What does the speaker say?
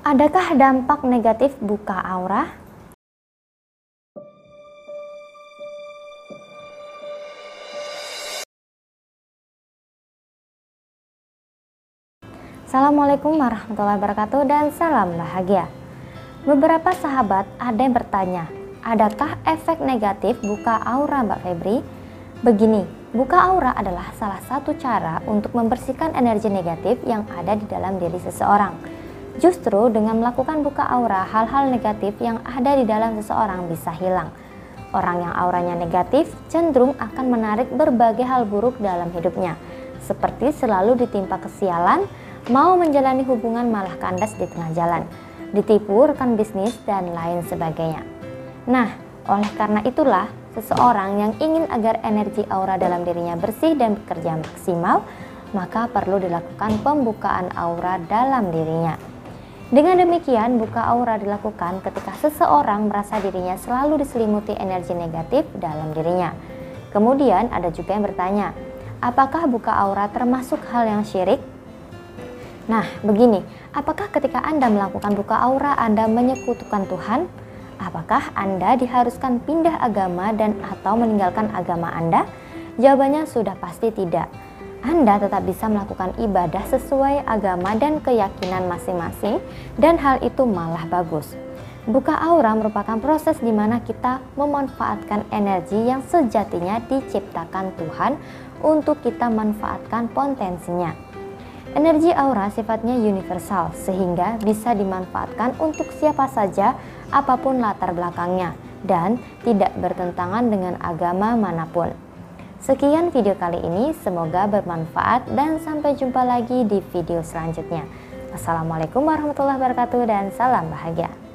Adakah dampak negatif buka aura? Assalamualaikum warahmatullahi wabarakatuh dan salam bahagia. Beberapa sahabat ada yang bertanya, adakah efek negatif buka aura Mbak Febri? Begini, buka aura adalah salah satu cara untuk membersihkan energi negatif yang ada di dalam diri seseorang. Justru dengan melakukan buka aura, hal-hal negatif yang ada di dalam seseorang bisa hilang. Orang yang auranya negatif cenderung akan menarik berbagai hal buruk dalam hidupnya, seperti selalu ditimpa kesialan, mau menjalani hubungan malah kandas di tengah jalan, ditipu rekan bisnis, dan lain sebagainya. Nah, oleh karena itulah, seseorang yang ingin agar energi aura dalam dirinya bersih dan bekerja maksimal, maka perlu dilakukan pembukaan aura dalam dirinya. Dengan demikian, buka aura dilakukan ketika seseorang merasa dirinya selalu diselimuti energi negatif dalam dirinya. Kemudian ada juga yang bertanya, apakah buka aura termasuk hal yang syirik? Nah, begini, apakah ketika Anda melakukan buka aura Anda menyekutukan Tuhan? Apakah Anda diharuskan pindah agama dan atau meninggalkan agama Anda? Jawabannya sudah pasti tidak. Anda tetap bisa melakukan ibadah sesuai agama dan keyakinan masing-masing, dan hal itu malah bagus. Buka aura merupakan proses di mana kita memanfaatkan energi yang sejatinya diciptakan Tuhan untuk kita manfaatkan potensinya. Energi aura sifatnya universal sehingga bisa dimanfaatkan untuk siapa saja apapun latar belakangnya dan tidak bertentangan dengan agama manapun. Sekian video kali ini, semoga bermanfaat dan sampai jumpa lagi di video selanjutnya. Wassalamualaikum warahmatullahi wabarakatuh dan salam bahagia.